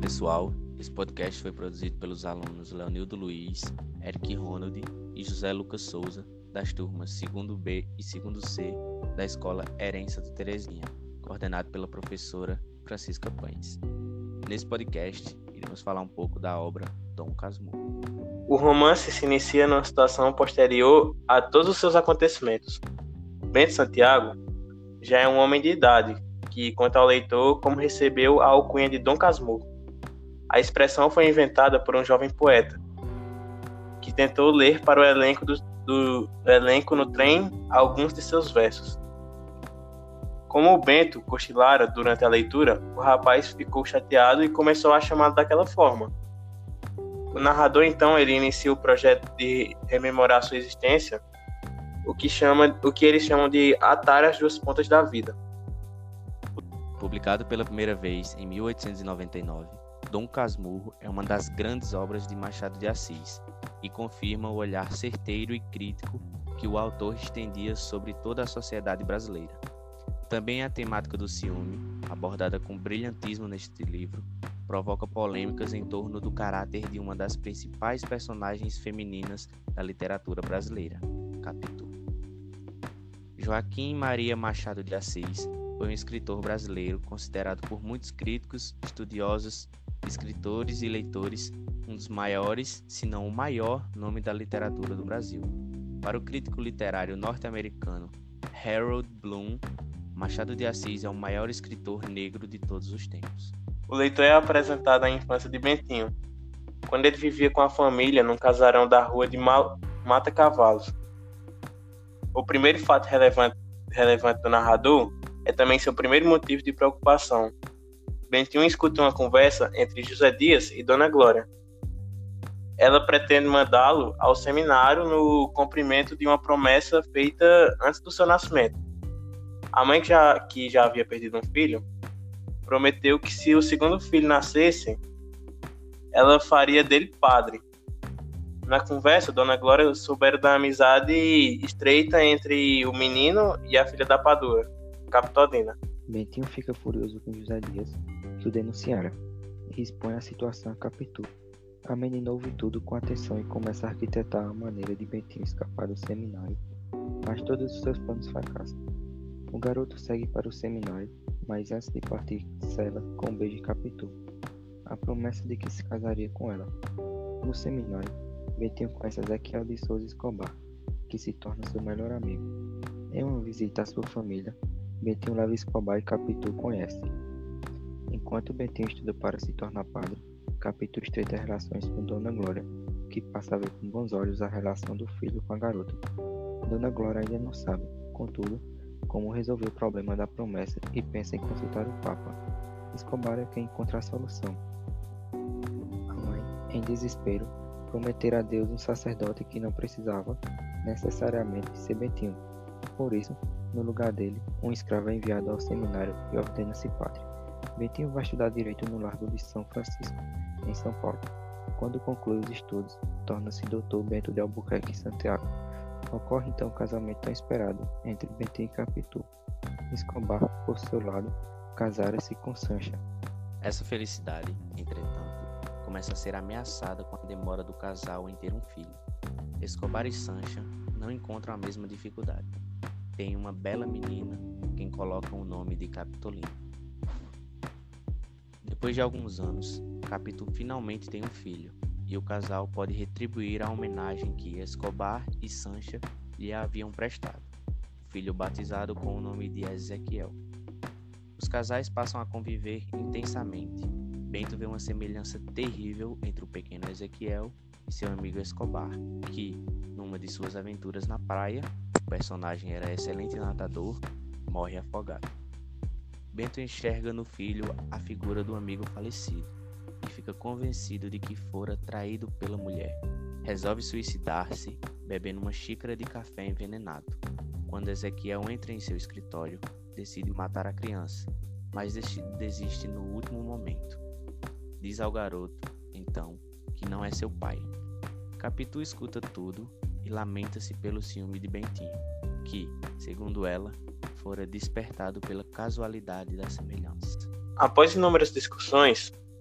pessoal, esse podcast foi produzido pelos alunos Leonildo Luiz, Eric Ronald e José Lucas Souza, das turmas 2º B e 2º C da Escola Erém Santa Terezinha, coordenado pela professora Francisca Pães. Nesse podcast, iremos falar um pouco da obra Dom Casmurro. O romance se inicia numa situação posterior a todos os seus acontecimentos. Bento Santiago já é um homem de idade, que conta ao leitor como recebeu a alcunha de Dom Casmurro. A expressão foi inventada por um jovem poeta, que tentou ler para o elenco do elenco no trem alguns de seus versos. Como o Bento cochilara durante a leitura, o rapaz ficou chateado e começou a chamá-lo daquela forma. O narrador, então, ele inicia o projeto de rememorar sua existência, o que eles chamam de atar as duas pontas da vida. Publicado pela primeira vez em 1899, Dom Casmurro é uma das grandes obras de Machado de Assis e confirma o olhar certeiro e crítico que o autor estendia sobre toda a sociedade brasileira. Também a temática do ciúme, abordada com brilhantismo neste livro, provoca polêmicas em torno do caráter de uma das principais personagens femininas da literatura brasileira, Capitu. Joaquim Maria Machado de Assis foi um escritor brasileiro considerado por muitos críticos, estudiosos, escritores e leitores um dos maiores, se não o maior, nome da literatura do Brasil. Para o crítico literário norte-americano Harold Bloom, Machado de Assis é o maior escritor negro de todos os tempos. O leitor é apresentado à infância de Bentinho, quando ele vivia com a família num casarão da rua de Mata Cavalos. O primeiro fato relevante do narrador é também seu primeiro motivo de preocupação. Bentinho escuta uma conversa entre José Dias e Dona Glória. Ela pretende mandá-lo ao seminário no cumprimento de uma promessa feita antes do seu nascimento. A mãe, que já havia perdido um filho, prometeu que se o segundo filho nascesse, ela faria dele padre. Na conversa, Dona Glória soubera da amizade estreita entre o menino e a filha da Padua, Capitolina. Bentinho fica furioso com José Dias, que o denunciara, e expõe a situação a Capitu. A menina ouve tudo com atenção e começa a arquitetar a maneira de Bentinho escapar do seminário, mas todos os seus planos fracassam. O garoto segue para o seminário, mas antes de partir, sela com um beijo de Capitu a promessa de que se casaria com ela. No seminário, Bentinho conhece Ezequiel de Souza Escobar, que se torna seu melhor amigo. Em uma visita à sua família, Bentinho leva Escobar e Capitu conhece. Enquanto Bentinho estuda para se tornar padre, Capitu estreita relações com Dona Glória, que passa a ver com bons olhos a relação do filho com a garota. Dona Glória ainda não sabe, contudo, como resolver o problema da promessa e pensa em consultar o Papa. Escobar é quem encontra a solução. A mãe, em desespero, prometera a Deus um sacerdote que não precisava necessariamente ser Bentinho. Por isso, no lugar dele, um escravo é enviado ao seminário e ordena-se padre. Bentinho vai estudar direito no Largo de São Francisco, em São Paulo. Quando conclui os estudos, torna-se doutor Bento de Albuquerque e Santiago. Ocorre então o casamento tão esperado entre Bentinho e Capitu. Escobar, por seu lado, casara-se com Sancha. Essa felicidade, entretanto, começa a ser ameaçada com a demora do casal em ter um filho. Escobar e Sancha não encontram a mesma dificuldade. Tem uma bela menina, quem coloca o nome de Capitolina. Depois de alguns anos, Capitu finalmente tem um filho, e o casal pode retribuir a homenagem que Escobar e Sancha lhe haviam prestado, o filho batizado com o nome de Ezequiel. Os casais passam a conviver intensamente. Bento vê uma semelhança terrível entre o pequeno Ezequiel e seu amigo Escobar, que, numa de suas aventuras na praia, o personagem era excelente nadador, morre afogado. Bento enxerga no filho a figura do amigo falecido e fica convencido de que fora traído pela mulher. Resolve suicidar-se, bebendo uma xícara de café envenenado. Quando Ezequiel entra em seu escritório, decide matar a criança, mas desiste no último momento. Diz ao garoto, então, que não é seu pai. Capitu escuta tudo e lamenta-se pelo ciúme de Bentinho, que, segundo ela, fora despertado pela casualidade da semelhança. Após inúmeras discussões,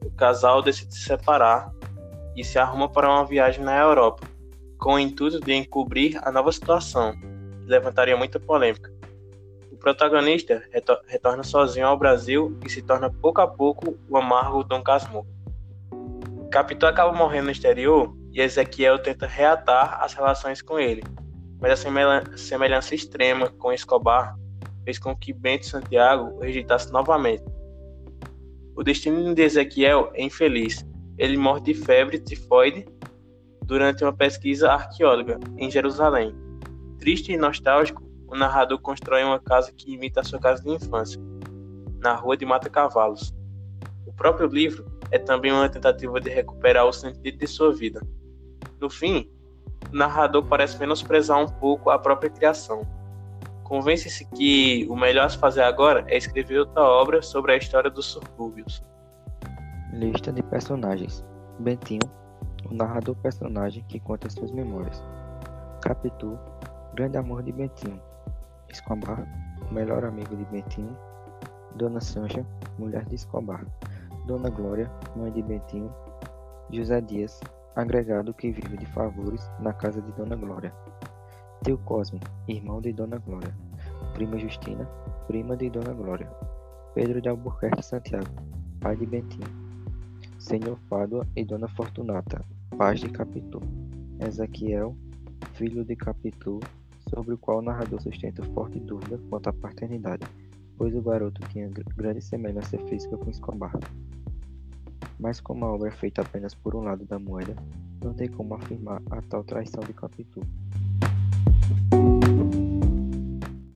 o casal decide se separar e se arruma para uma viagem na Europa, com o intuito de encobrir a nova situação, que levantaria muita polêmica. O protagonista retorna sozinho ao Brasil e se torna pouco a pouco o amargo Dom Casmurro. Capitu acaba morrendo no exterior e Ezequiel tenta reatar as relações com ele, mas a semelhança extrema com Escobar fez com que Bento Santiago o rejeitasse novamente. O destino de Ezequiel é infeliz. Ele morre de febre tifoide durante uma pesquisa arqueológica em Jerusalém. Triste e nostálgico, o narrador constrói uma casa que imita a sua casa de infância, na Rua de Mata Cavalos. O próprio livro é também uma tentativa de recuperar o sentido de sua vida. No fim, o narrador parece menosprezar um pouco a própria criação. Convence-se que o melhor a se fazer agora é escrever outra obra sobre a história dos subúrbios. Lista de personagens. Bentinho, o narrador personagem que conta suas memórias. Capitu, grande amor de Bentinho. Escobar, o melhor amigo de Bentinho. Dona Sancha, mulher de Escobar. Dona Glória, mãe de Bentinho. José Dias, agregado que vive de favores na casa de Dona Glória. Tio Cosme, irmão de Dona Glória. Prima Justina, prima de Dona Glória. Pedro de Albuquerque Santiago, pai de Bentinho. Senhor Pádua e Dona Fortunata, pais de Capitu. Ezequiel, filho de Capitu, sobre o qual o narrador sustenta forte dúvida quanto à paternidade, pois o garoto tinha grande semelhança física com Escobar. Mas como a obra é feita apenas por um lado da moeda, não tem como afirmar a tal traição de Capitu.